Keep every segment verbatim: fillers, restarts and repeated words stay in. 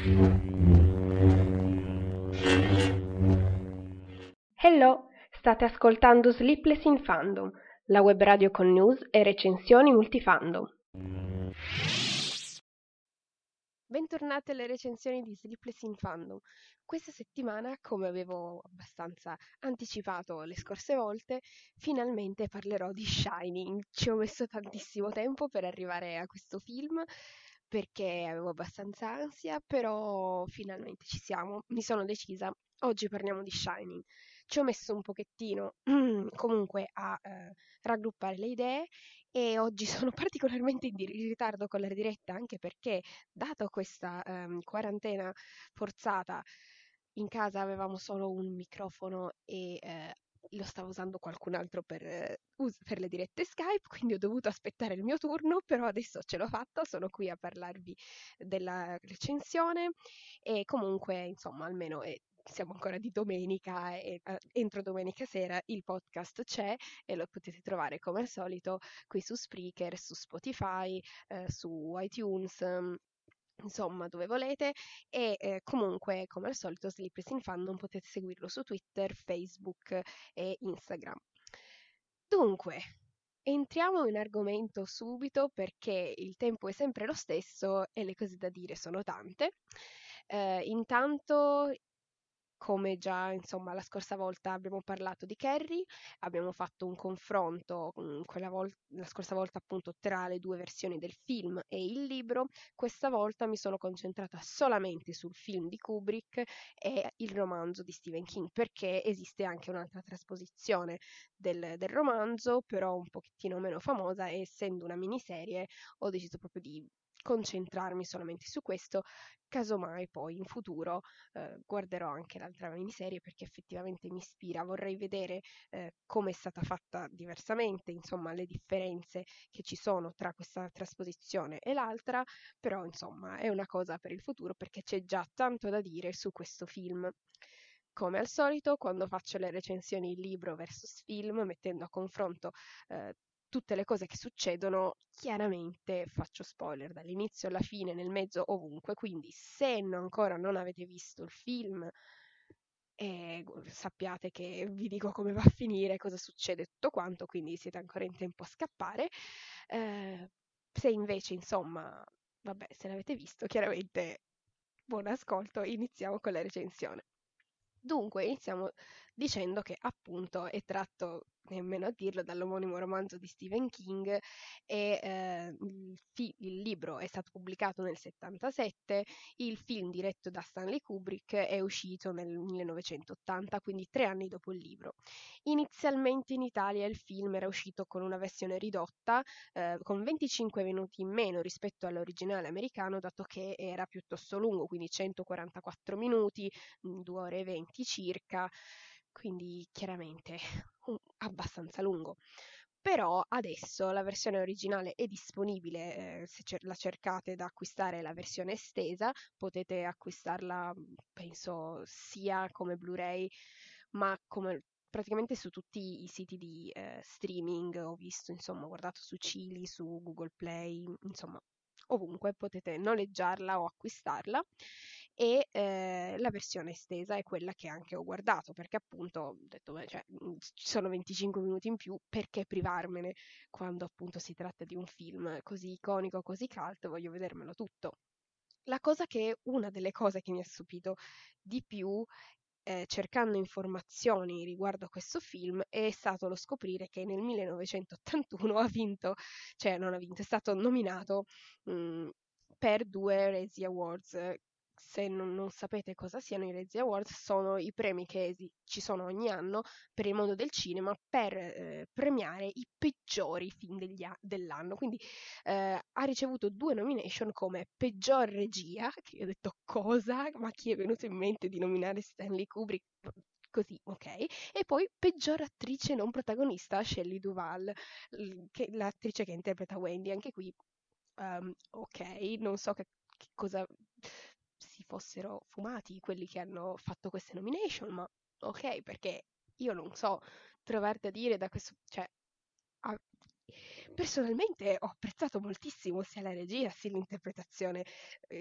Hello, state ascoltando Sleepless in Fandom, la web radio con news e recensioni multifandom. Bentornate alle recensioni di Sleepless in Fandom. Questa settimana, come avevo abbastanza anticipato le scorse volte, finalmente parlerò di Shining. Ci ho messo tantissimo tempo per arrivare a questo film perché avevo abbastanza ansia, però finalmente ci siamo. Mi sono decisa. Oggi parliamo di Shining. Ci ho messo un pochettino comunque a eh, raggruppare le idee e oggi sono particolarmente in di- in ritardo con la diretta anche perché dato questa ehm, quarantena forzata, in casa avevamo solo un microfono e eh, lo stava usando qualcun altro per, eh, us- per le dirette Skype, quindi ho dovuto aspettare il mio turno, però adesso ce l'ho fatta, sono qui a parlarvi della recensione e comunque, insomma, almeno eh, siamo ancora di domenica e eh, entro domenica sera il podcast c'è e lo potete trovare come al solito qui su Spreaker, su Spotify, eh, su iTunes, ehm, insomma dove volete e eh, comunque come al solito Sleepless in Fandom potete seguirlo su Twitter, Facebook e Instagram. Dunque, entriamo in argomento subito perché il tempo è sempre lo stesso e le cose da dire sono tante. Eh, intanto come già insomma la scorsa volta abbiamo parlato di Carrie, abbiamo fatto un confronto mm, quella vol- la scorsa volta appunto tra le due versioni del film e il libro, questa volta mi sono concentrata solamente sul film di Kubrick e il romanzo di Stephen King, perché esiste anche un'altra trasposizione del, del romanzo, però un pochettino meno famosa e essendo una miniserie ho deciso proprio di concentrarmi solamente su questo, casomai poi in futuro eh, guarderò anche l'altra miniserie perché effettivamente mi ispira, vorrei vedere eh, come è stata fatta diversamente, insomma le differenze che ci sono tra questa trasposizione e l'altra, però insomma è una cosa per il futuro perché c'è già tanto da dire su questo film. Come al solito, quando faccio le recensioni libro versus film, mettendo a confronto eh, tutte le cose che succedono, chiaramente faccio spoiler dall'inizio alla fine, nel mezzo, ovunque. Quindi, se no- ancora non avete visto il film, eh, gu- sappiate che vi dico come va a finire, cosa succede, tutto quanto, quindi siete ancora in tempo a scappare. Eh, se invece, insomma, vabbè, se l'avete visto, chiaramente buon ascolto, iniziamo con la recensione. Dunque, iniziamo dicendo che appunto è tratto, nemmeno a dirlo, dall'omonimo romanzo di Stephen King e eh, il, fi- il libro è stato pubblicato nel settantasette, il film diretto da Stanley Kubrick è uscito nel millenovecentottanta, quindi tre anni dopo il libro. Inizialmente in Italia il film era uscito con una versione ridotta, eh, con venticinque minuti in meno rispetto all'originale americano, dato che era piuttosto lungo, quindi centoquarantaquattro minuti, due ore e venti circa, quindi chiaramente un- abbastanza lungo. Però adesso la versione originale è disponibile, eh, se cer- la cercate da acquistare la versione estesa, potete acquistarla, penso, sia come Blu-ray, ma come praticamente su tutti i siti di eh, streaming, ho visto, insomma, ho guardato su Cili, su Google Play, insomma, ovunque potete noleggiarla o acquistarla e eh, la versione estesa è quella che anche ho guardato perché appunto ho detto beh, cioè, mh, ci sono venticinque minuti in più, perché privarmene quando appunto si tratta di un film così iconico, così cult, voglio vedermelo tutto. La cosa che, una delle cose che mi ha stupito di più eh, cercando informazioni riguardo a questo film è stato lo scoprire che nel millenovecentottantuno ha vinto, cioè non ha vinto, è stato nominato mh, per due Razzie Awards. Se non, non sapete cosa siano i Razzie Awards, sono i premi che esi- ci sono ogni anno per il mondo del cinema per eh, premiare i peggiori film degli a- dell'anno. Quindi eh, ha ricevuto due nomination come peggior regia, che io ho detto cosa? Ma chi è venuto in mente di nominare Stanley Kubrick? Così, ok. E poi peggior attrice non protagonista, Shelley Duvall, l- che- l'attrice che interpreta Wendy, anche qui, ehm, ok, non so che, che cosa si fossero fumati quelli che hanno fatto queste nomination, ma ok, perché io non so trovare da dire da questo, cioè, ah, personalmente ho apprezzato moltissimo sia la regia sia l'interpretazione. Eh,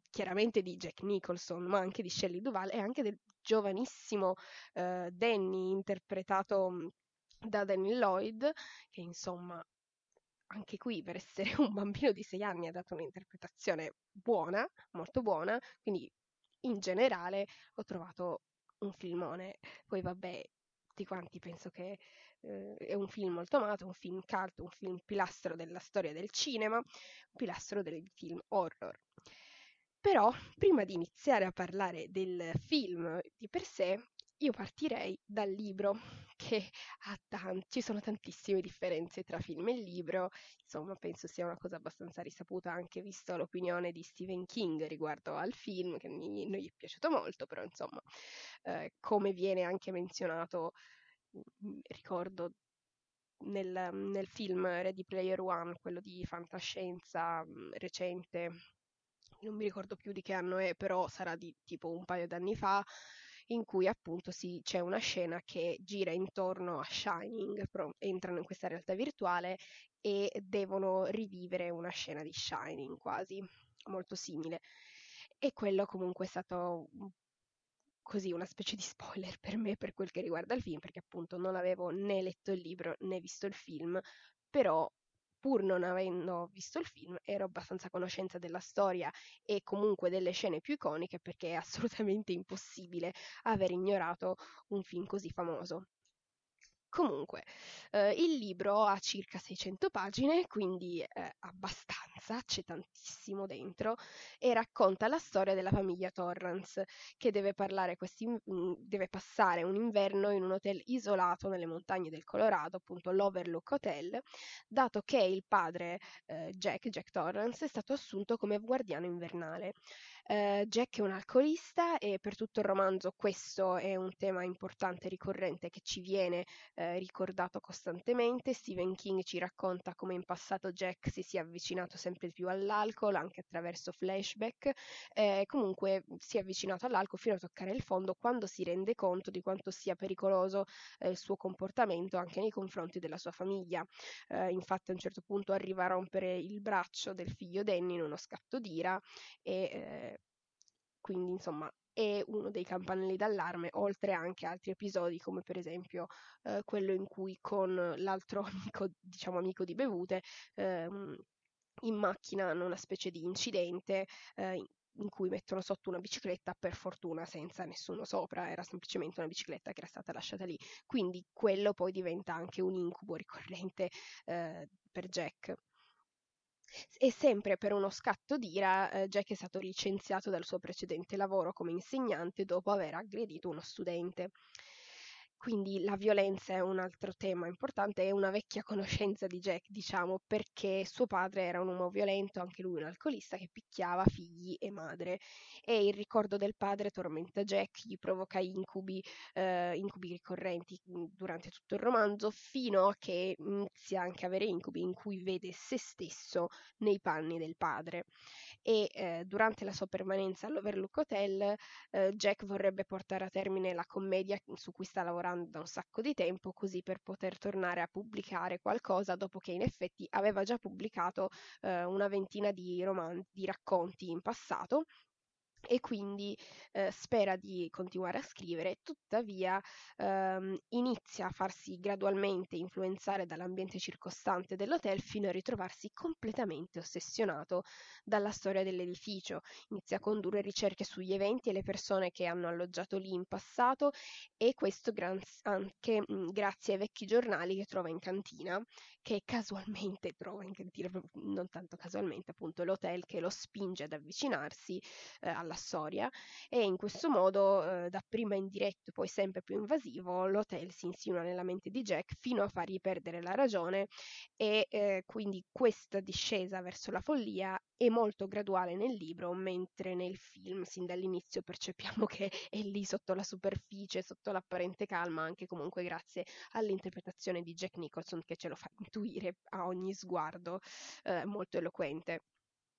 chiaramente di Jack Nicholson, ma anche di Shelley Duvall e anche del giovanissimo eh, Danny, interpretato mh, da Danny Lloyd, che insomma anche qui per essere un bambino di sei anni ha dato un'interpretazione buona, molto buona, quindi in generale ho trovato un filmone. Poi vabbè, tutti quanti penso che eh, è un film molto amato, un film cult, un film pilastro della storia del cinema, un pilastro dei film horror. Però, prima di iniziare a parlare del film di per sé, io partirei dal libro, che ha tan- ci sono tantissime differenze tra film e libro, insomma, penso sia una cosa abbastanza risaputa, anche visto l'opinione di Stephen King riguardo al film, che mi- non gli è piaciuto molto, però insomma, eh, come viene anche menzionato, mm, ricordo nel, nel film Ready Player One, quello di fantascienza mm, recente, non mi ricordo più di che anno è, però sarà di tipo un paio d'anni fa, in cui appunto si, c'è una scena che gira intorno a Shining, però entrano in questa realtà virtuale e devono rivivere una scena di Shining quasi, molto simile. E quello comunque è stato un- così una specie di spoiler per me per quel che riguarda il film, perché appunto non avevo né letto il libro né visto il film, però pur non avendo visto il film ero abbastanza a conoscenza della storia e comunque delle scene più iconiche perché è assolutamente impossibile aver ignorato un film così famoso. Comunque, eh, il libro ha circa seicento pagine, quindi eh, abbastanza, c'è tantissimo dentro, e racconta la storia della famiglia Torrance, che deve, parlare questi, mm, deve passare un inverno in un hotel isolato nelle montagne del Colorado, appunto l'Overlook Hotel, dato che il padre, eh, Jack, Jack Torrance, è stato assunto come guardiano invernale. Eh, Jack è un alcolista e per tutto il romanzo questo è un tema importante e ricorrente che ci viene eh, ricordato costantemente. Stephen King ci racconta come in passato Jack si sia avvicinato sempre più all'alcol, anche attraverso flashback, eh, comunque si è avvicinato all'alcol fino a toccare il fondo quando si rende conto di quanto sia pericoloso eh, il suo comportamento anche nei confronti della sua famiglia. Eh, infatti a un certo punto arriva a rompere il braccio del figlio Danny in uno scatto d'ira e eh, quindi insomma è uno dei campanelli d'allarme, oltre anche a altri episodi come per esempio eh, quello in cui con l'altro amico, diciamo amico di bevute, ehm, in macchina hanno una specie di incidente eh, in in cui mettono sotto una bicicletta, per fortuna senza nessuno sopra, era semplicemente una bicicletta che era stata lasciata lì. Quindi quello poi diventa anche un incubo ricorrente eh, per Jack. E sempre per uno scatto d'ira, eh, Jack è stato licenziato dal suo precedente lavoro come insegnante dopo aver aggredito uno studente. Quindi la violenza è un altro tema importante, è una vecchia conoscenza di Jack, diciamo, perché suo padre era un uomo violento, anche lui un alcolista che picchiava figli e madre. E il ricordo del padre tormenta Jack, gli provoca incubi, eh, incubi ricorrenti mh, durante tutto il romanzo, fino a che inizia anche a avere incubi in cui vede se stesso nei panni del padre. E eh, durante la sua permanenza all'Overlook Hotel, eh, Jack vorrebbe portare a termine la commedia su cui sta lavorando da un sacco di tempo, così per poter tornare a pubblicare qualcosa, dopo che in effetti aveva già pubblicato eh, una ventina di romanzi, di racconti in passato e quindi eh, spera di continuare a scrivere, tuttavia ehm, inizia a farsi gradualmente influenzare dall'ambiente circostante dell'hotel fino a ritrovarsi completamente ossessionato dalla storia dell'edificio. Inizia a condurre ricerche sugli eventi e le persone che hanno alloggiato lì in passato e questo gran- anche mh, grazie ai vecchi giornali che trova in cantina, che casualmente trova in cantina, non tanto casualmente, appunto l'hotel che lo spinge ad avvicinarsi eh, alla storia e in questo modo, eh, dapprima indiretto, poi sempre più invasivo, l'hotel si insinua nella mente di Jack fino a fargli perdere la ragione e eh, quindi questa discesa verso la follia è molto graduale nel libro, mentre nel film sin dall'inizio percepiamo che è lì sotto la superficie, sotto l'apparente calma, anche comunque grazie all'interpretazione di Jack Nicholson che ce lo fa intuire a ogni sguardo, eh, molto eloquente.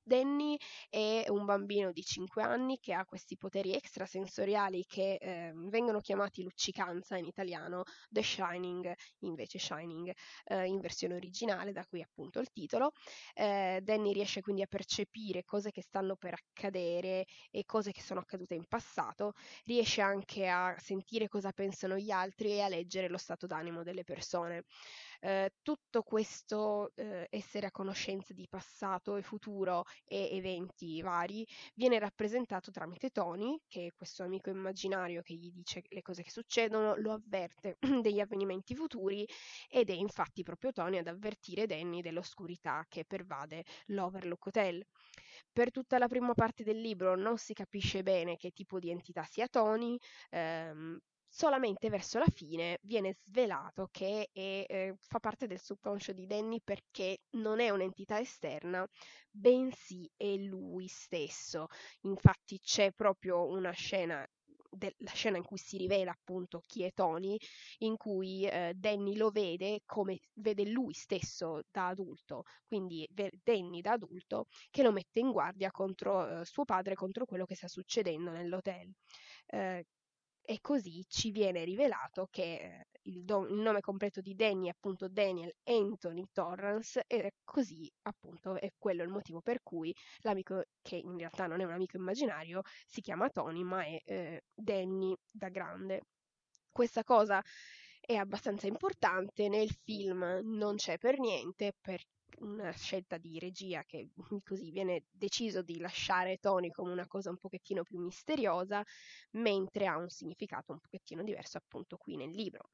Danny è un bambino di cinque anni che ha questi poteri extrasensoriali che eh, vengono chiamati luccicanza in italiano, The Shining, invece Shining eh, in versione originale, da qui appunto il titolo. Eh, Danny riesce quindi a percepire cose che stanno per accadere e cose che sono accadute in passato, riesce anche a sentire cosa pensano gli altri e a leggere lo stato d'animo delle persone. Eh, tutto questo eh, essere a conoscenza di passato e futuro e eventi vari viene rappresentato tramite Tony, che è questo amico immaginario che gli dice le cose che succedono, lo avverte degli avvenimenti futuri ed è infatti proprio Tony ad avvertire Danny dell'oscurità che pervade l'Overlook Hotel. Per tutta la prima parte del libro non si capisce bene che tipo di entità sia Tony, ehm, solamente verso la fine viene svelato che è, eh, fa parte del subconscio di Danny perché non è un'entità esterna, bensì è lui stesso. Infatti c'è proprio una scena, de- la scena in cui si rivela appunto chi è Tony, in cui eh, Danny lo vede come vede lui stesso da adulto, quindi ve- Danny da adulto che lo mette in guardia contro eh, suo padre, contro quello che sta succedendo nell'hotel. Eh, e così ci viene rivelato che eh, il, do- il nome completo di Danny è appunto Daniel Anthony Torrance e così appunto è quello il motivo per cui l'amico, che in realtà non è un amico immaginario, si chiama Tony ma è eh, Danny da grande. Questa cosa è abbastanza importante, nel film non c'è per niente, per una scelta di regia che così viene deciso di lasciare Tony come una cosa un pochettino più misteriosa, mentre ha un significato un pochettino diverso appunto qui nel libro.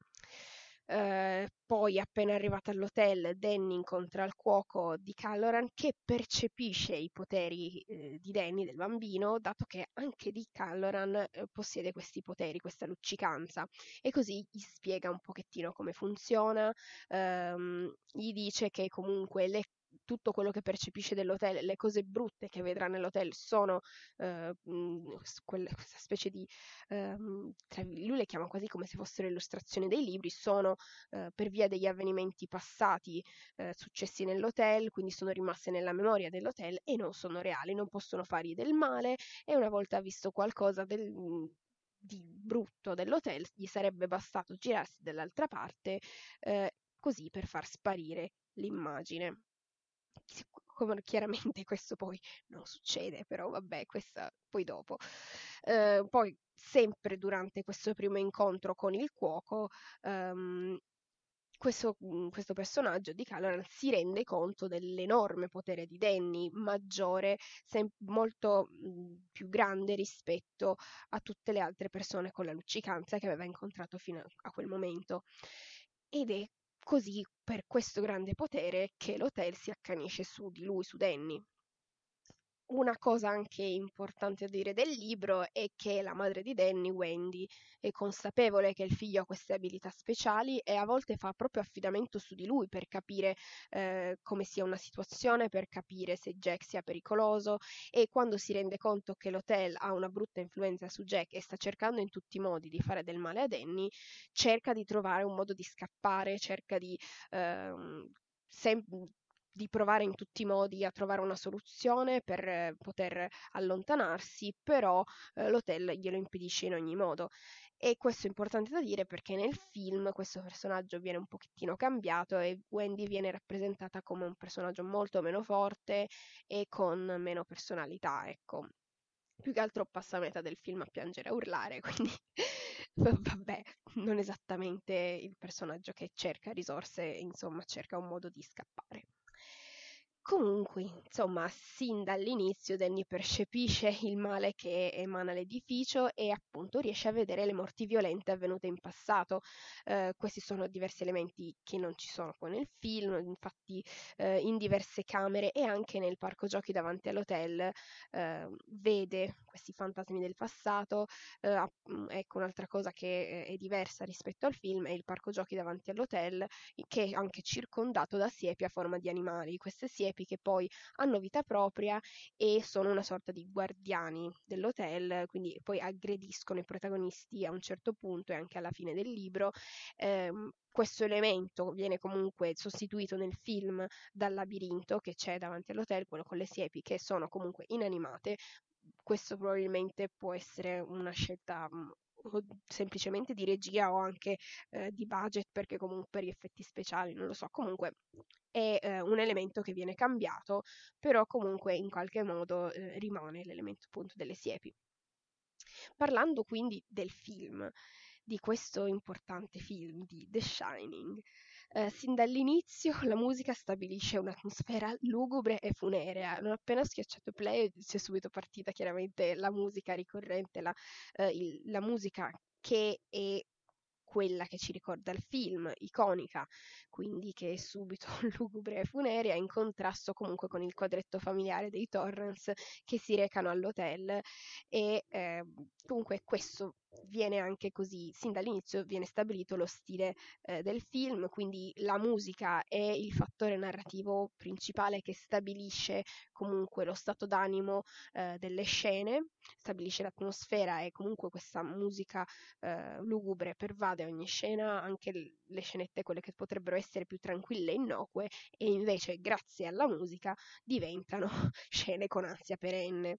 Eh, poi appena arrivata all'hotel Danny incontra il cuoco di Calloran che percepisce i poteri eh, di Danny, del bambino, dato che anche Dick Calloran eh, possiede questi poteri, questa luccicanza e così gli spiega un pochettino come funziona, ehm, gli dice che comunque le tutto quello che percepisce dell'hotel, le cose brutte che vedrà nell'hotel sono eh, mh, quella, questa specie di, ehm, tra, lui le chiama quasi come se fossero illustrazioni dei libri, sono eh, per via degli avvenimenti passati eh, successi nell'hotel, quindi sono rimaste nella memoria dell'hotel e non sono reali, non possono fargli del male e una volta visto qualcosa del, di brutto dell'hotel gli sarebbe bastato girarsi dall'altra parte eh, così per far sparire l'immagine. Come chiaramente questo poi non succede, però vabbè, questa poi dopo. Eh, poi, sempre durante questo primo incontro con il cuoco, ehm, questo, mh, questo personaggio di Caloran si rende conto dell'enorme potere di Danny, maggiore, sem- molto mh, più grande rispetto a tutte le altre persone con la luccicanza che aveva incontrato fino a, a quel momento. Ed è così, per questo grande potere, che l'hotel si accanisce su di lui, su Danny. Una cosa anche importante a dire del libro è che la madre di Danny, Wendy, è consapevole che il figlio ha queste abilità speciali e a volte fa proprio affidamento su di lui per capire eh, come sia una situazione, per capire se Jack sia pericoloso e quando si rende conto che l'hotel ha una brutta influenza su Jack e sta cercando in tutti i modi di fare del male a Danny, cerca di trovare un modo di scappare, cerca di... ehm, sem- di provare in tutti i modi a trovare una soluzione per eh, poter allontanarsi, però eh, l'hotel glielo impedisce in ogni modo. E questo è importante da dire perché nel film questo personaggio viene un pochettino cambiato e Wendy viene rappresentata come un personaggio molto meno forte e con meno personalità, ecco. Più che altro passa a metà del film a piangere e a urlare, quindi vabbè, non esattamente il personaggio che cerca risorse, insomma, cerca un modo di scappare. Comunque, insomma, sin dall'inizio Danny percepisce il male che emana l'edificio e appunto riesce a vedere le morti violente avvenute in passato. Eh, questi sono diversi elementi che non ci sono poi nel film, infatti eh, in diverse camere e anche nel parco giochi davanti all'hotel eh, vede questi fantasmi del passato. Eh, ecco, un'altra cosa che eh, è diversa rispetto al film è il parco giochi davanti all'hotel che è anche circondato da siepi a forma di animali. Queste siepi siepi che poi hanno vita propria e sono una sorta di guardiani dell'hotel, quindi poi aggrediscono i protagonisti a un certo punto e anche alla fine del libro. Ehm, questo elemento viene comunque sostituito nel film dal labirinto che c'è davanti all'hotel, quello con le siepi che sono comunque inanimate. Questo probabilmente può essere una scelta mh, o semplicemente di regia o anche eh, di budget, perché comunque per gli effetti speciali, non lo so, comunque è eh, un elemento che viene cambiato, però comunque in qualche modo eh, rimane l'elemento appunto delle siepi. Parlando quindi del film, di questo importante film di The Shining, eh, sin dall'inizio la musica stabilisce un'atmosfera lugubre e funerea. Non appena schiacciato play si è subito partita chiaramente la musica ricorrente, la, eh, il- la musica che è quella che ci ricorda il film, iconica, quindi che è subito lugubre e funerea, in contrasto comunque con il quadretto familiare dei Torrance che si recano all'hotel e eh, comunque questo viene anche così, sin dall'inizio viene stabilito lo stile eh, del film, quindi la musica è il fattore narrativo principale che stabilisce comunque lo stato d'animo eh, delle scene, stabilisce l'atmosfera e comunque questa musica eh, lugubre pervade ogni scena, anche l- le scenette quelle che potrebbero essere più tranquille e innocue e invece grazie alla musica diventano scene con ansia perenne.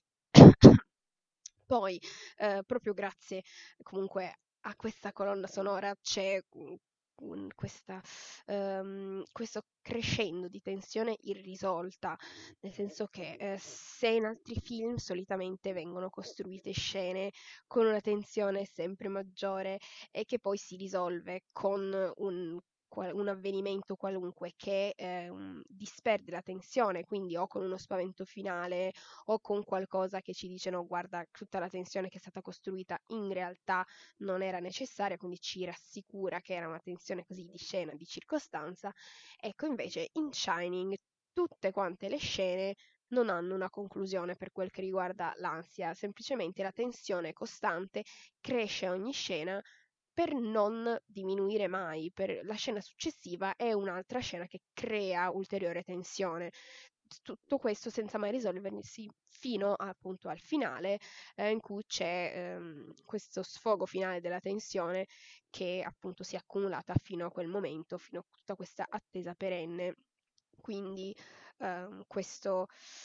Poi, eh, proprio grazie comunque a questa colonna sonora c'è un- un- questa, ehm, questo crescendo di tensione irrisolta, nel senso che eh, se in altri film solitamente vengono costruite scene con una tensione sempre maggiore e che poi si risolve con un qual- un avvenimento qualunque che ehm, disperde la tensione, quindi o con uno spavento finale o con qualcosa che ci dice no, guarda, tutta la tensione che è stata costruita in realtà non era necessaria, quindi ci rassicura che era una tensione così di scena, di circostanza. Ecco, invece in Shining tutte quante le scene non hanno una conclusione per quel che riguarda l'ansia, semplicemente la tensione costante cresce a ogni scena per non diminuire mai, per la scena successiva è un'altra scena che crea ulteriore tensione. Tutto questo senza mai risolversi fino appunto al finale, eh, in cui c'è ehm, questo sfogo finale della tensione che appunto si è accumulata fino a quel momento, fino a tutta questa attesa perenne. Quindi ehm, questo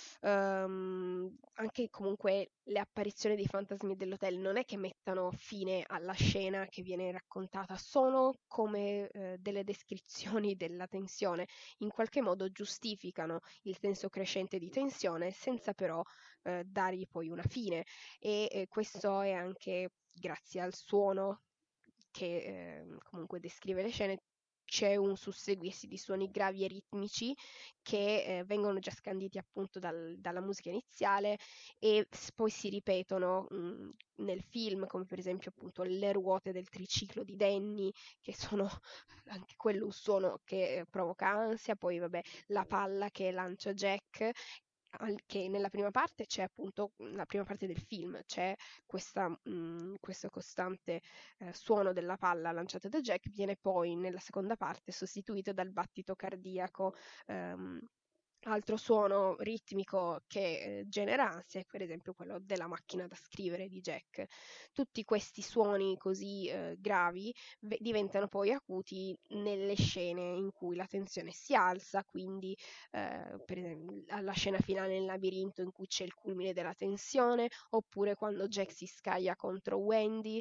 ehm, anche comunque le apparizioni dei fantasmi dell'hotel non è che mettano fine alla scena che viene raccontata, sono come eh, delle descrizioni della tensione, in qualche modo giustificano il senso crescente di tensione senza però eh, dargli poi una fine e eh, questo è anche grazie al suono che eh, comunque descrive le scene. C'è un susseguirsi di suoni gravi e ritmici che eh, vengono già scanditi appunto dal- dalla musica iniziale e s- poi si ripetono mh, nel film, come per esempio appunto le ruote del triciclo di Danny, che sono anche quello un suono che eh, provoca ansia, poi vabbè la palla che lancia Jack, al- che nella prima parte c'è appunto, la prima parte del film, c'è questa, mh, questo costante eh, suono della palla lanciata da Jack, viene poi nella seconda parte sostituito dal battito cardiaco. ehm, Altro suono ritmico che eh, genera ansia è per esempio quello della macchina da scrivere di Jack. Tutti questi suoni così eh, gravi ve- diventano poi acuti nelle scene in cui la tensione si alza, quindi eh, per esempio alla scena finale nel labirinto in cui c'è il culmine della tensione, oppure quando Jack si scaglia contro Wendy,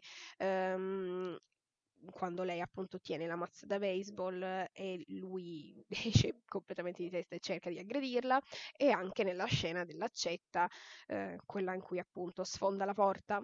ehm, quando lei appunto tiene la mazza da baseball e lui esce completamente di testa e cerca di aggredirla, e anche nella scena dell'accetta, eh, quella in cui appunto sfonda la porta.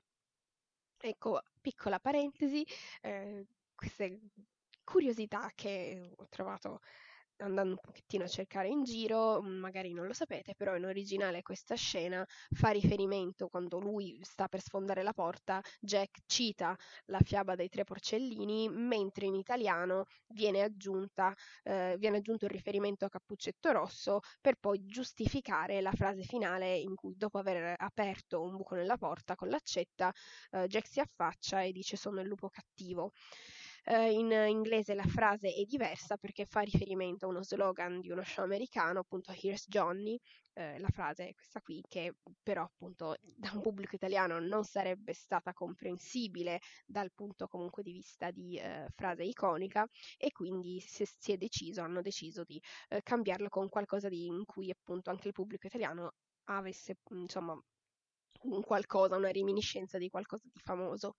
Ecco, piccola parentesi, eh, queste curiosità che ho trovato andando un pochettino a cercare in giro, mm, magari non lo sapete, però in originale questa scena fa riferimento quando lui sta per sfondare la porta, Jack cita la fiaba dei tre porcellini, mentre in italiano viene aggiunta, eh, viene aggiunto il riferimento a Cappuccetto Rosso per poi giustificare la frase finale in cui dopo aver aperto un buco nella porta con l'accetta, eh, Jack si affaccia e dice sono il lupo cattivo. Eh, in inglese la frase è diversa perché fa riferimento a uno slogan di uno show americano, appunto Here's Johnny. Eh, la frase è questa qui, che però appunto da un pubblico italiano non sarebbe stata comprensibile dal punto comunque di vista di eh, frase iconica, e quindi si, si è deciso, hanno deciso di eh, cambiarlo con qualcosa di, in cui appunto anche il pubblico italiano avesse insomma un qualcosa, una reminiscenza di qualcosa di famoso.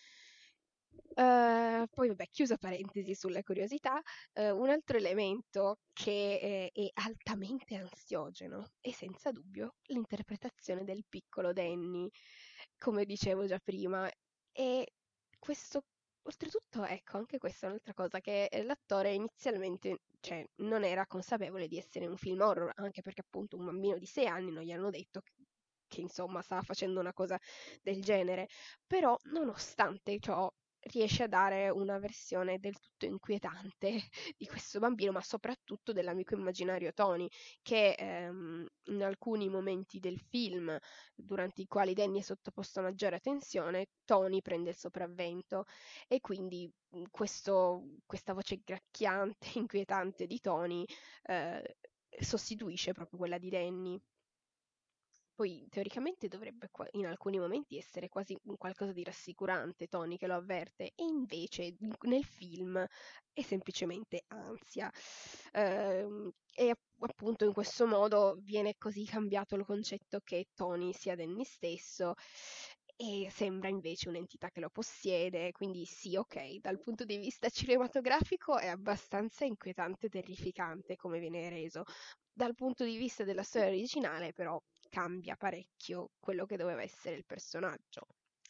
Uh, poi vabbè, chiusa parentesi sulle curiosità, uh, un altro elemento che eh, è altamente ansiogeno è senza dubbio l'interpretazione del piccolo Danny, come dicevo già prima. E questo, oltretutto, ecco, anche questa è un'altra cosa, che eh, l'attore inizialmente, cioè, non era consapevole di essere un film horror, anche perché appunto un bambino di sei anni non gli hanno detto che, che insomma stava facendo una cosa del genere. Però nonostante ciò riesce a dare una versione del tutto inquietante di questo bambino, ma soprattutto dell'amico immaginario Tony, che ehm, in alcuni momenti del film, durante i quali Danny è sottoposto a maggiore attenzione, Tony prende il sopravvento, e quindi mh, questo, questa voce gracchiante, inquietante di Tony eh, sostituisce proprio quella di Danny. Poi teoricamente dovrebbe qua- in alcuni momenti essere quasi un qualcosa di rassicurante, Tony che lo avverte, e invece in- nel film è semplicemente ansia. Ehm, e app- appunto in questo modo viene così cambiato il concetto che Tony sia Danny stesso, e sembra invece un'entità che lo possiede. Quindi sì, ok, dal punto di vista cinematografico è abbastanza inquietante e terrificante come viene reso. Dal punto di vista della storia originale, però, cambia parecchio quello che doveva essere il personaggio.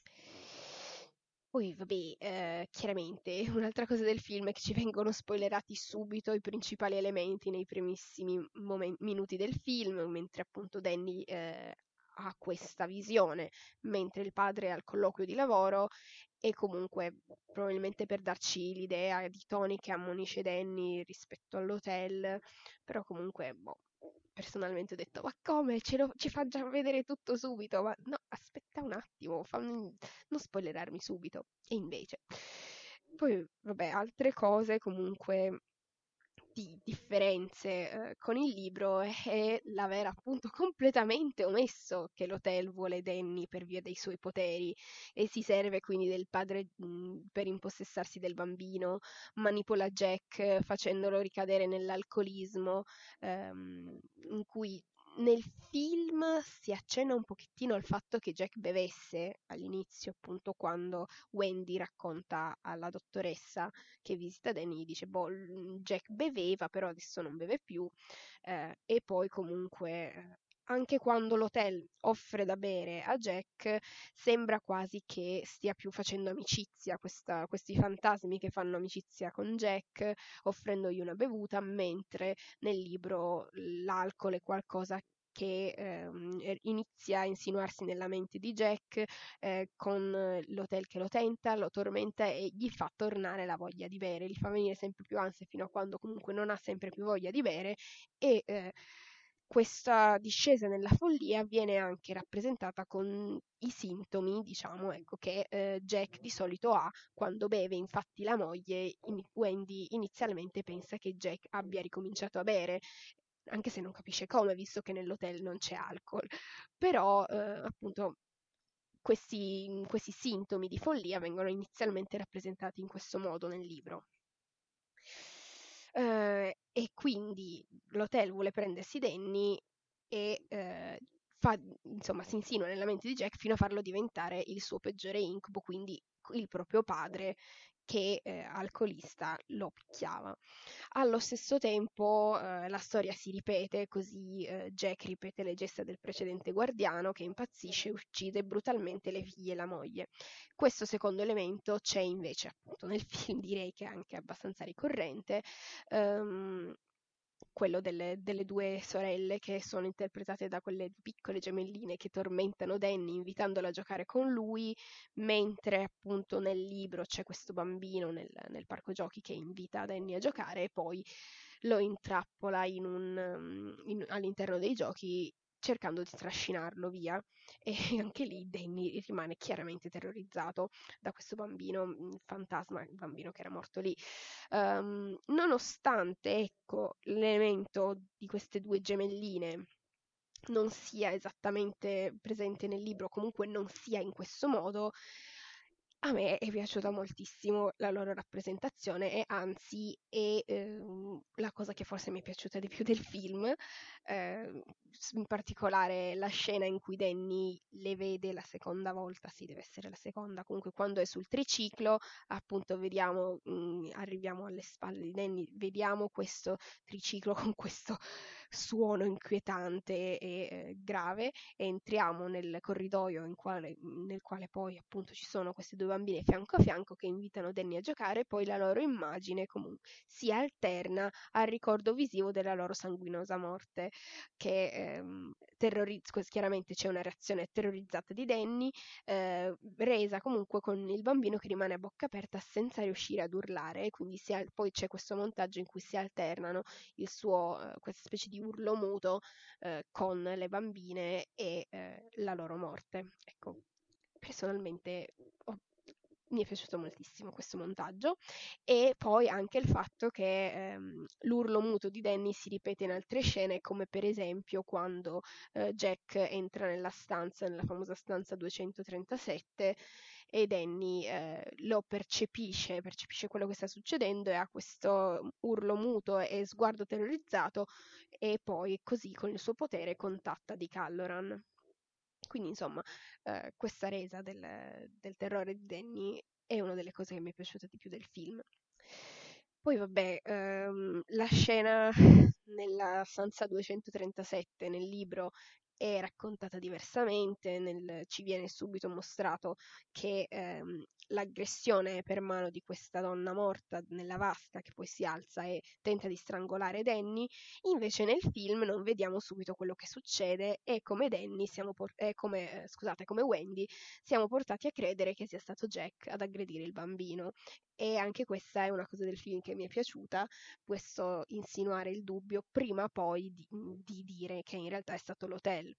Poi, vabbè, eh, chiaramente un'altra cosa del film è che ci vengono spoilerati subito i principali elementi nei primissimi momen- minuti del film, mentre appunto Danny eh, ha questa visione, mentre il padre è al colloquio di lavoro, e comunque probabilmente per darci l'idea di Tony che ammonisce Danny rispetto all'hotel. Però comunque, boh, personalmente ho detto, ma come? Ce lo, ci fa già vedere tutto subito? Ma no, aspetta un attimo, fammi, non spoilerarmi subito. E invece. Poi, vabbè, altre cose comunque di differenze eh, con il libro è l'aver appunto completamente omesso che l'hotel vuole Danny per via dei suoi poteri, e si serve quindi del padre mh, per impossessarsi del bambino, manipola Jack eh, facendolo ricadere nell'alcolismo, ehm, in cui nel film si accenna un pochettino al fatto che Jack bevesse all'inizio, appunto quando Wendy racconta alla dottoressa che visita Danny, dice, boh, Jack beveva, però adesso non beve più, eh, e poi comunque eh, anche quando l'hotel offre da bere a Jack, sembra quasi che stia più facendo amicizia, questa, questi fantasmi che fanno amicizia con Jack, offrendogli una bevuta, mentre nel libro l'alcol è qualcosa che ehm, inizia a insinuarsi nella mente di Jack, eh, con eh, l'hotel che lo tenta, lo tormenta e gli fa tornare la voglia di bere, gli fa venire sempre più ansia fino a quando comunque non ha sempre più voglia di bere. E eh, questa discesa nella follia viene anche rappresentata con i sintomi, diciamo, ecco, che eh, Jack di solito ha quando beve. Infatti la moglie, in- Wendy, inizialmente pensa che Jack abbia ricominciato a bere, anche se non capisce come, visto che nell'hotel non c'è alcol. Però, eh, appunto, questi, questi sintomi di follia vengono inizialmente rappresentati in questo modo nel libro. Eh, e quindi l'hotel vuole prendersi Danny e eh, fa, insomma, si insinua nella mente di Jack fino a farlo diventare il suo peggiore incubo, quindi il proprio padre, che eh, alcolista lo picchiava. Allo stesso tempo eh, la storia si ripete, così eh, Jack ripete le gesta del precedente guardiano, che impazzisce e uccide brutalmente le figlie e la moglie. Questo secondo elemento c'è invece appunto nel film, direi che è anche abbastanza ricorrente, ehm, quello delle, delle due sorelle che sono interpretate da quelle piccole gemelline che tormentano Danny invitandolo a giocare con lui, mentre appunto nel libro c'è questo bambino nel, nel parco giochi che invita Danny a giocare e poi lo intrappola in un, um, in- all'interno dei giochi, cercando di trascinarlo via, e anche lì Danny rimane chiaramente terrorizzato da questo bambino, il fantasma, il bambino che era morto lì. Um, nonostante, ecco, l'elemento di queste due gemelline non sia esattamente presente nel libro, comunque non sia in questo modo, a me è piaciuta moltissimo la loro rappresentazione e anzi è ehm, la cosa che forse mi è piaciuta di più del film, ehm, s- in particolare la scena in cui Danny le vede la seconda volta, sì, deve essere la seconda, comunque quando è sul triciclo, appunto vediamo, mh, arriviamo alle spalle di Danny, vediamo questo triciclo con questo suono inquietante e eh, grave, e entriamo nel corridoio in quale- nel quale poi appunto ci sono queste due bambine fianco a fianco che invitano Danny a giocare, poi la loro immagine comunque si alterna al ricordo visivo della loro sanguinosa morte, che ehm, terrorizza, chiaramente c'è una reazione terrorizzata di Danny, eh, resa comunque con il bambino che rimane a bocca aperta senza riuscire ad urlare, e quindi si al- poi c'è questo montaggio in cui si alternano il suo, eh, questa specie di urlo muto eh, con le bambine e eh, la loro morte. Ecco, personalmente ho- mi è piaciuto moltissimo questo montaggio, e poi anche il fatto che ehm, l'urlo muto di Danny si ripete in altre scene, come per esempio quando eh, Jack entra nella stanza, nella famosa stanza duecentotrentasette, e Danny eh, lo percepisce, percepisce quello che sta succedendo e ha questo urlo muto e sguardo terrorizzato, e poi così con il suo potere contatta Dick Halloran. Quindi insomma, eh, questa resa del, del terrore di Danny è una delle cose che mi è piaciuta di più del film. Poi vabbè, ehm, la scena nella stanza duecentotrentasette nel libro è raccontata diversamente, nel- ci viene subito mostrato che ehm, l'aggressione per mano di questa donna morta nella vasca che poi si alza e tenta di strangolare Danny. Invece nel film non vediamo subito quello che succede, e come Danny siamo por- eh, come, eh, scusate, come Wendy siamo portati a credere che sia stato Jack ad aggredire il bambino. E anche questa è una cosa del film che mi è piaciuta, questo insinuare il dubbio prima poi di, di dire che in realtà è stato l'hotel.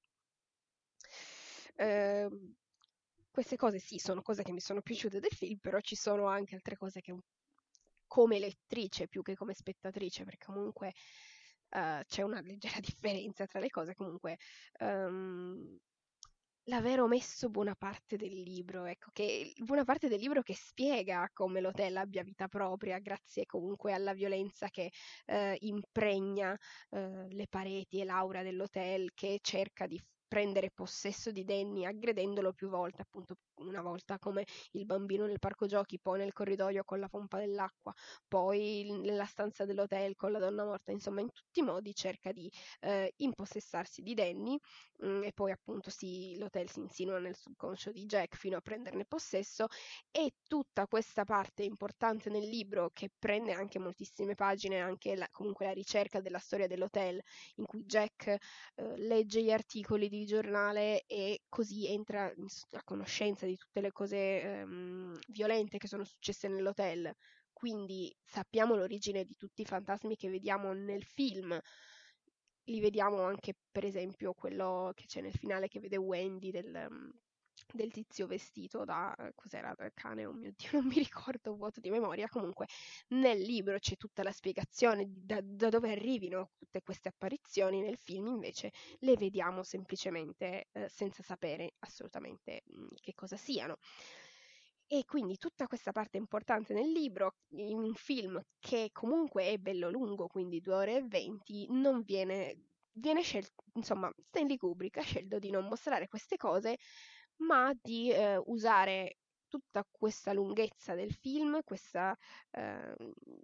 Ehm, Queste cose sì, sono cose che mi sono piaciute del film, però ci sono anche altre cose che come lettrice più che come spettatrice, perché comunque eh, c'è una leggera differenza tra le cose, comunque ehm, l'aver omesso buona parte del libro, ecco, che buona parte del libro che spiega come l'hotel abbia vita propria, grazie comunque alla violenza che eh, impregna eh, le pareti e l'aura dell'hotel, che cerca di prendere possesso di Danny aggredendolo più volte, appunto una volta come il bambino nel parco giochi, poi nel corridoio con la pompa dell'acqua, poi nella stanza dell'hotel con la donna morta, insomma in tutti i modi cerca di eh, impossessarsi di Danny. Mm, e poi appunto si, l'hotel si insinua nel subconscio di Jack fino a prenderne possesso, e tutta questa parte importante nel libro, che prende anche moltissime pagine, anche la, comunque la ricerca della storia dell'hotel, in cui Jack eh, legge gli articoli di giornale e così entra in s- a conoscenza di tutte le cose ehm, violente che sono successe nell'hotel. Quindi sappiamo l'origine di tutti i fantasmi che vediamo nel film, li vediamo anche per esempio quello che c'è nel finale, che vede Wendy del, mm, del tizio vestito da, cos'era, da cane, oh mio Dio, non mi ricordo, vuoto di memoria. Comunque nel libro c'è tutta la spiegazione di da, da dove arrivino tutte queste apparizioni, nel film invece le vediamo semplicemente eh, senza sapere assolutamente mh, che cosa siano. E quindi tutta questa parte importante nel libro, in un film che comunque è bello lungo, quindi due ore e venti, non viene, viene scelto, insomma, Stanley Kubrick ha scelto di non mostrare queste cose, ma di eh, usare tutta questa lunghezza del film, questa, eh,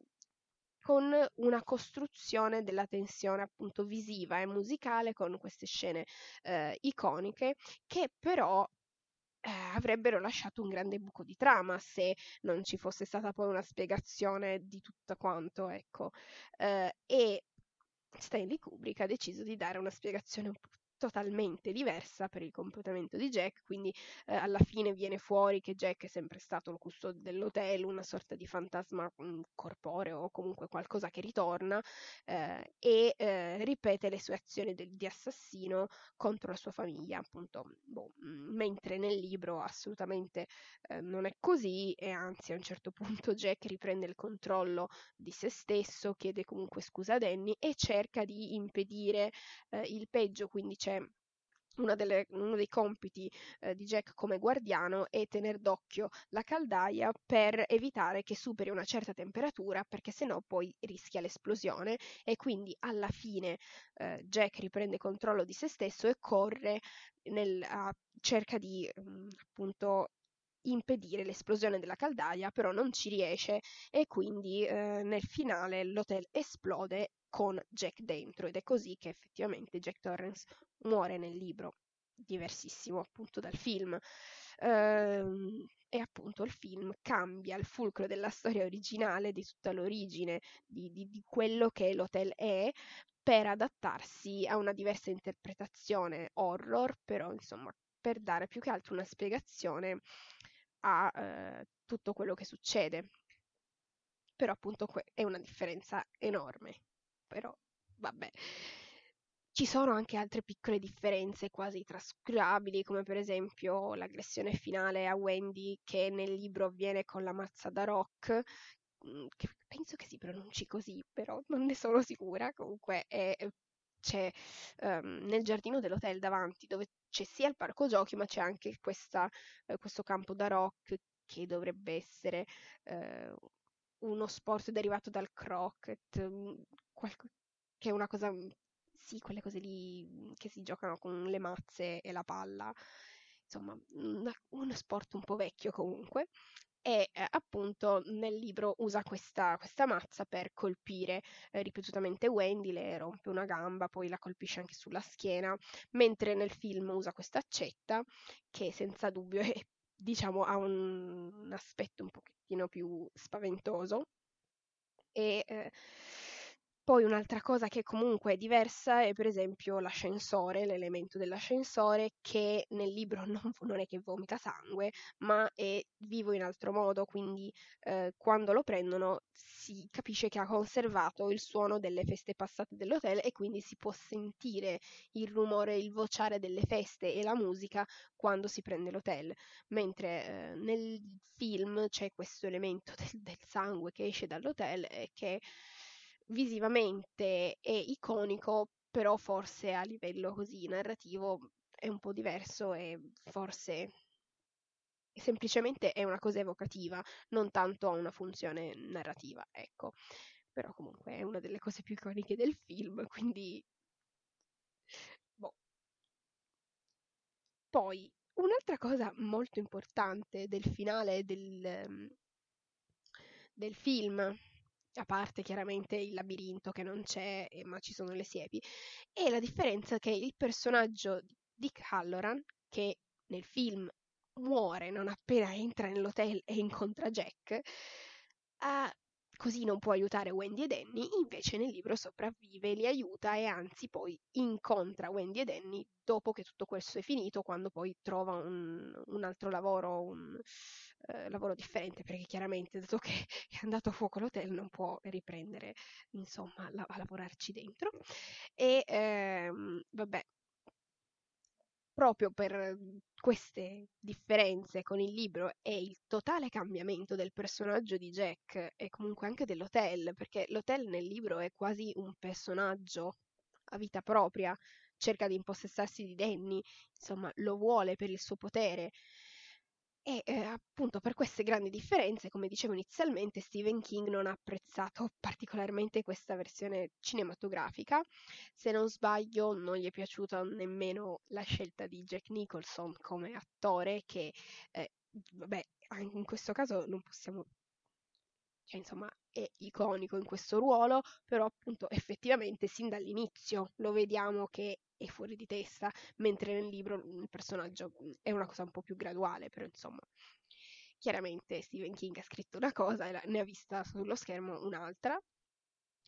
con una costruzione della tensione appunto visiva e musicale, con queste scene eh, iconiche, che però eh, avrebbero lasciato un grande buco di trama se non ci fosse stata poi una spiegazione di tutto quanto, ecco. Eh, e Stanley Kubrick ha deciso di dare una spiegazione un po' totalmente diversa per il comportamento di Jack, quindi eh, alla fine viene fuori che Jack è sempre stato il custode dell'hotel, una sorta di fantasma mh, corporeo o comunque qualcosa che ritorna eh, e eh, ripete le sue azioni del- di assassino contro la sua famiglia, appunto, boh, mh, mentre nel libro assolutamente eh, non è così e anzi a un certo punto Jack riprende il controllo di se stesso, chiede comunque scusa a Danny e cerca di impedire eh, il peggio, quindi c'è una delle, uno dei compiti eh, di Jack come guardiano è tenere d'occhio la caldaia per evitare che superi una certa temperatura, perché sennò poi rischia l'esplosione e quindi alla fine eh, Jack riprende controllo di se stesso e corre nel, a- cerca di mm, appunto impedire l'esplosione della caldaia, però non ci riesce e quindi eh, nel finale l'hotel esplode con Jack dentro ed è così che effettivamente Jack Torrance muore nel libro, diversissimo appunto dal film. Ehm, e appunto il film cambia il fulcro della storia originale, di tutta l'origine di, di, di quello che l'hotel è, per adattarsi a una diversa interpretazione horror, però insomma per dare più che altro una spiegazione a eh, tutto quello che succede. Però appunto que- è una differenza enorme. Però vabbè. Ci sono anche altre piccole differenze quasi trascurabili, come per esempio l'aggressione finale a Wendy che nel libro avviene con la mazza da rock, mm, che penso che si pronunci così, però non ne sono sicura. Comunque è, c'è ehm, nel giardino dell'hotel davanti, dove c'è sia il parco giochi, ma c'è anche questa, eh, questo campo da rock che dovrebbe essere eh, uno sport derivato dal croquet, mm, qualco- che è una cosa, mm, sì, quelle cose lì mm, che si giocano con le mazze e la palla, insomma, una- uno sport un po' vecchio comunque. E eh, appunto nel libro usa questa, questa mazza per colpire eh, ripetutamente Wendy, le rompe una gamba, poi la colpisce anche sulla schiena, mentre nel film usa questa accetta che senza dubbio è, diciamo, ha un, un aspetto un pochettino più spaventoso. E eh, poi un'altra cosa che comunque è diversa è per esempio l'ascensore, l'elemento dell'ascensore che nel libro non, non è che vomita sangue, ma è vivo in altro modo, quindi eh, quando lo prendono si capisce che ha conservato il suono delle feste passate dell'hotel e quindi si può sentire il rumore, il vociare delle feste e la musica quando si prende l'hotel, mentre eh, nel film c'è questo elemento del, del sangue che esce dall'hotel e che visivamente è iconico, però forse a livello così narrativo è un po' diverso e forse semplicemente è una cosa evocativa, non tanto ha una funzione narrativa, ecco. Però comunque è una delle cose più iconiche del film, quindi boh. Poi, un'altra cosa molto importante del finale del, ehm, del film, a parte chiaramente il labirinto che non c'è, eh, ma ci sono le siepi, è la differenza che il personaggio di Dick Halloran, che nel film muore non appena entra nell'hotel e incontra Jack, ah, così non può aiutare Wendy e Danny, invece nel libro sopravvive, li aiuta e anzi poi incontra Wendy e Danny dopo che tutto questo è finito, quando poi trova un, un altro lavoro, un eh, lavoro differente, perché chiaramente dato che è andato a fuoco l'hotel non può riprendere, insomma, la- a lavorarci dentro. E ehm, vabbè, proprio per queste differenze con il libro e il totale cambiamento del personaggio di Jack e comunque anche dell'hotel, perché l'hotel nel libro è quasi un personaggio a vita propria, cerca di impossessarsi di Danny, insomma, lo vuole per il suo potere. E eh, appunto per queste grandi differenze, come dicevo inizialmente, Stephen King non ha apprezzato particolarmente questa versione cinematografica. Se non sbaglio, non gli è piaciuta nemmeno la scelta di Jack Nicholson come attore, che, eh, vabbè, anche in questo caso non possiamo, cioè insomma, è iconico in questo ruolo, però appunto effettivamente sin dall'inizio lo vediamo che è fuori di testa, mentre nel libro il personaggio mh, è una cosa un po' più graduale, però insomma, chiaramente Stephen King ha scritto una cosa e la- ne ha vista sullo schermo un'altra.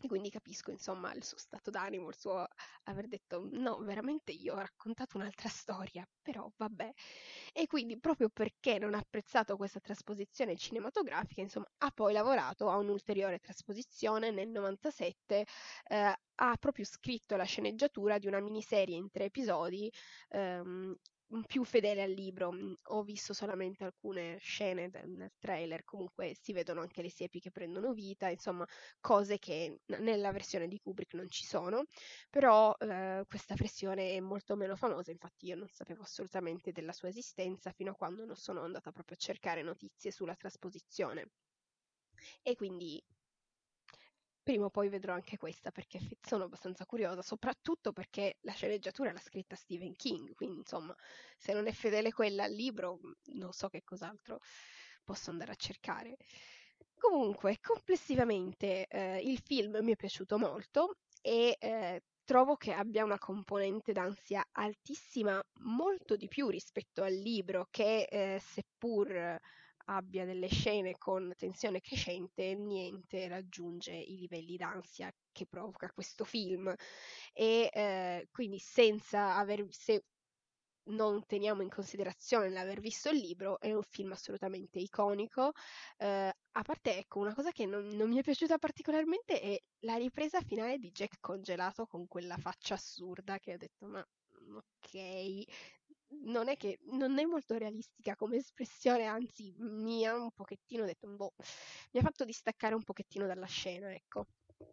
E quindi capisco, insomma, il suo stato d'animo, il suo aver detto no, veramente io ho raccontato un'altra storia, però vabbè. E quindi proprio perché non ha apprezzato questa trasposizione cinematografica, insomma, ha poi lavorato a un'ulteriore trasposizione nel novantasette, eh, ha proprio scritto la sceneggiatura di una miniserie in tre episodi, ehm, più fedele al libro. Mm, Ho visto solamente alcune scene del- nel trailer, comunque si vedono anche le siepi che prendono vita, insomma, cose che n- nella versione di Kubrick non ci sono, però eh, questa versione è molto meno famosa, infatti io non sapevo assolutamente della sua esistenza fino a quando non sono andata proprio a cercare notizie sulla trasposizione. E quindi prima o poi vedrò anche questa perché fi- sono abbastanza curiosa, soprattutto perché la sceneggiatura l'ha scritta Stephen King, quindi insomma, se non è fedele quella al libro, mh, non so che cos'altro posso andare a cercare. Comunque, complessivamente eh, il film mi è piaciuto molto e eh, trovo che abbia una componente d'ansia altissima, molto di più rispetto al libro, che eh, seppur abbia delle scene con tensione crescente, niente raggiunge i livelli d'ansia che provoca questo film. E eh, quindi senza aver, se non teniamo in considerazione l'aver visto il libro, è un film assolutamente iconico. Eh, a parte, ecco, una cosa che non, non mi è piaciuta particolarmente è la ripresa finale di Jack congelato con quella faccia assurda che ho detto, ma mm, ok, non è che non è molto realistica come espressione, anzi mi ha un pochettino detto, boh, mi ha fatto distaccare un pochettino dalla scena, ecco.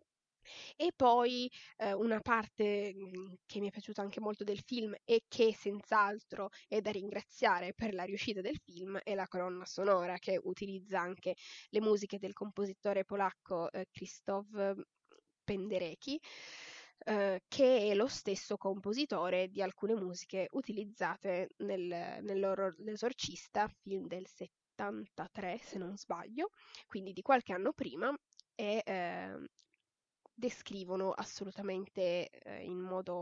E poi eh, una parte mh, che mi è piaciuta anche molto del film e che senz'altro è da ringraziare per la riuscita del film è la colonna sonora che utilizza anche le musiche del compositore polacco eh, Krzysztof Penderecki, eh, che è lo stesso compositore di alcune musiche utilizzate nel, nell'Esorcista, film del settantatré se non sbaglio, quindi di qualche anno prima, e eh, descrivono assolutamente eh, in modo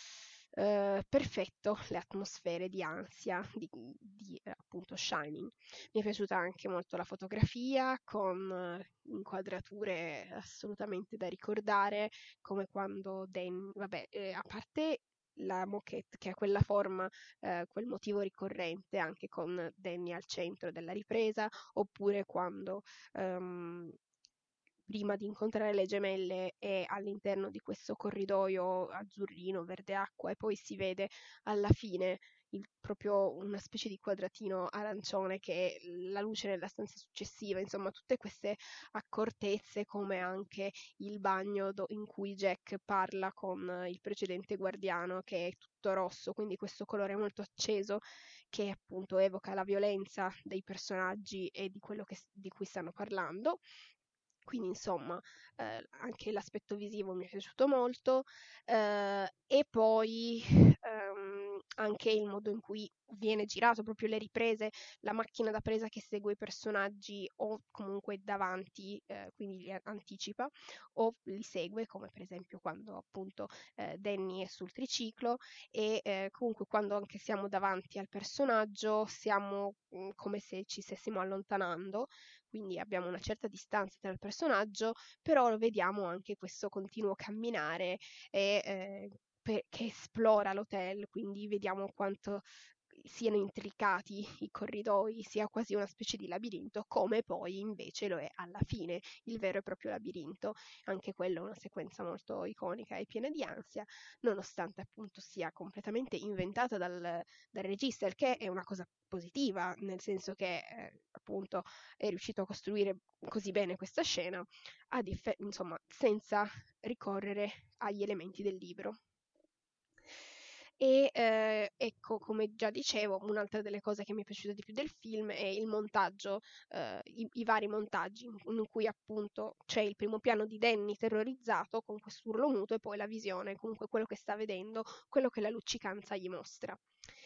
eh, perfetto le atmosfere di ansia di, di, eh, appunto Shining. Mi è piaciuta anche molto la fotografia con eh, inquadrature assolutamente da ricordare, come quando Dan, vabbè, eh, a parte la moquette che ha quella forma, eh, quel motivo ricorrente anche con Danny al centro della ripresa, oppure quando ehm, prima di incontrare le gemelle è all'interno di questo corridoio azzurrino, verde acqua e poi si vede alla fine il- proprio una specie di quadratino arancione che è la luce nella stanza successiva, insomma tutte queste accortezze come anche il bagno do- in cui Jack parla con eh, il precedente guardiano che è tutto rosso, quindi questo colore molto acceso che appunto evoca la violenza dei personaggi e di quello che s- di cui stanno parlando. Quindi insomma, eh, anche l'aspetto visivo mi è piaciuto molto, eh, e poi ehm, anche il modo in cui viene girato, proprio le riprese, la macchina da presa che segue i personaggi o comunque davanti, eh, quindi li anticipa, o li segue, come per esempio quando appunto eh, Danny è sul triciclo e eh, comunque quando anche siamo davanti al personaggio siamo mh, come se ci stessimo allontanando, quindi abbiamo una certa distanza tra il personaggio, però lo vediamo anche questo continuo camminare e, eh, per- che esplora l'hotel, quindi vediamo quanto siano intricati i corridoi, sia quasi una specie di labirinto, come poi invece lo è alla fine, il vero e proprio labirinto. Anche quello è una sequenza molto iconica e piena di ansia, nonostante appunto sia completamente inventata dal, dal regista, il che è una cosa positiva, nel senso che eh, appunto è riuscito a costruire così bene questa scena, a dif- insomma, senza ricorrere agli elementi del libro. E eh, ecco, come già dicevo, un'altra delle cose che mi è piaciuta di più del film è il montaggio, eh, i, i vari montaggi in, in cui appunto c'è il primo piano di Danny terrorizzato con quest'urlo muto e poi la visione, comunque quello che sta vedendo, quello che la luccicanza gli mostra.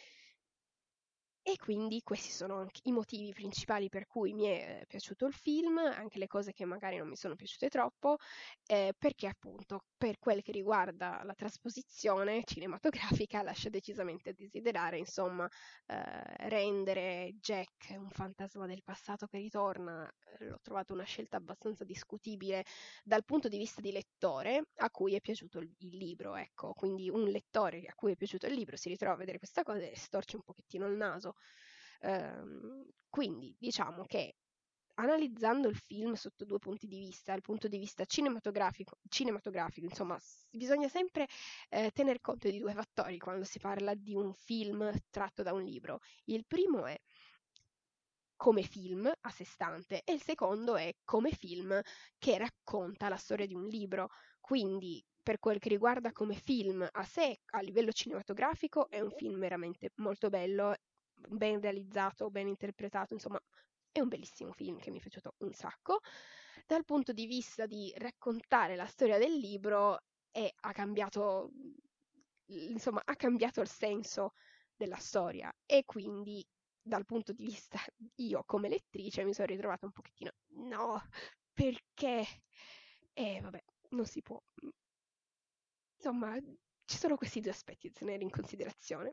E quindi questi sono anche i motivi principali per cui mi è eh, piaciuto il film, anche le cose che magari non mi sono piaciute troppo, eh, perché appunto per quel che riguarda la trasposizione cinematografica lascia decisamente a desiderare, insomma, eh, rendere Jack un fantasma del passato che ritorna l'ho trovato una scelta abbastanza discutibile dal punto di vista di lettore a cui è piaciuto il, il libro, ecco, quindi un lettore a cui è piaciuto il libro si ritrova a vedere questa cosa e storce un pochettino il naso. Ehm, quindi diciamo che analizzando il film sotto due punti di vista, dal punto di vista cinematografico, cinematografico insomma, s- bisogna sempre eh, tener conto di due fattori quando si parla di un film tratto da un libro. Il primo è come film a sé stante e il secondo è come film che racconta la storia di un libro. Quindi, per quel che riguarda come film a sé, a livello cinematografico, è un film veramente molto bello, ben realizzato, ben interpretato, insomma, è un bellissimo film che mi è piaciuto un sacco. Dal punto di vista di raccontare la storia del libro, è, ha cambiato, insomma, ha cambiato il senso della storia e quindi dal punto di vista io come lettrice mi sono ritrovata un pochettino no, perché? E vabbè, non si può. Insomma, ci sono questi due aspetti da tenere in considerazione.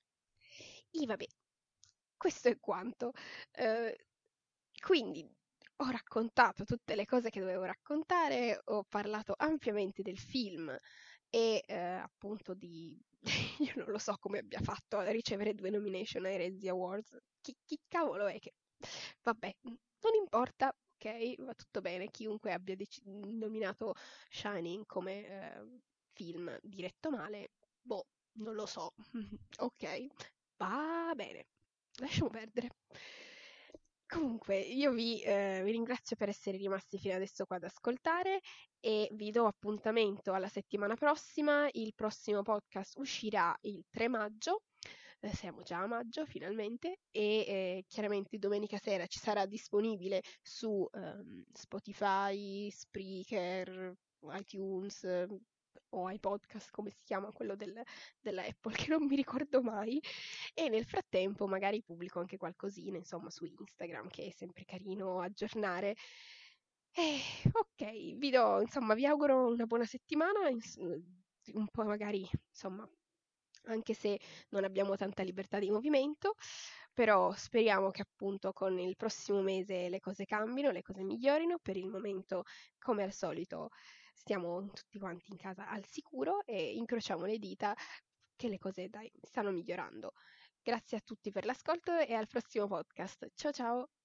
E vabbè, questo è quanto. Eh, quindi ho raccontato tutte le cose che dovevo raccontare, ho parlato ampiamente del film e eh, appunto di... Io non lo so come abbia fatto a ricevere due nomination ai Razzie Awards. Chi, chi cavolo è che... Vabbè, non importa, ok, va tutto bene. Chiunque abbia dec- nominato Shining come eh, film diretto male, boh, non lo so. Ok, va bene, lasciamo perdere. Comunque, io vi, eh, vi ringrazio per essere rimasti fino adesso qua ad ascoltare e vi do appuntamento alla settimana prossima. Il prossimo podcast uscirà il tre maggio, eh, siamo già a maggio finalmente, e eh, chiaramente domenica sera ci sarà disponibile su ehm, Spotify, Spreaker, iTunes eh, o iPodcast, come si chiama quello del, della Apple, che non mi ricordo mai. E nel frattempo magari pubblico anche qualcosina, insomma, su Instagram, che è sempre carino aggiornare. Eh, ok, vi do, insomma, vi auguro una buona settimana, ins- un po' magari, insomma, anche se non abbiamo tanta libertà di movimento, però speriamo che appunto con il prossimo mese le cose cambino, le cose migliorino. Per il momento, come al solito, stiamo tutti quanti in casa al sicuro e incrociamo le dita che le cose, dai, stanno migliorando. Grazie a tutti per l'ascolto e al prossimo podcast. Ciao ciao!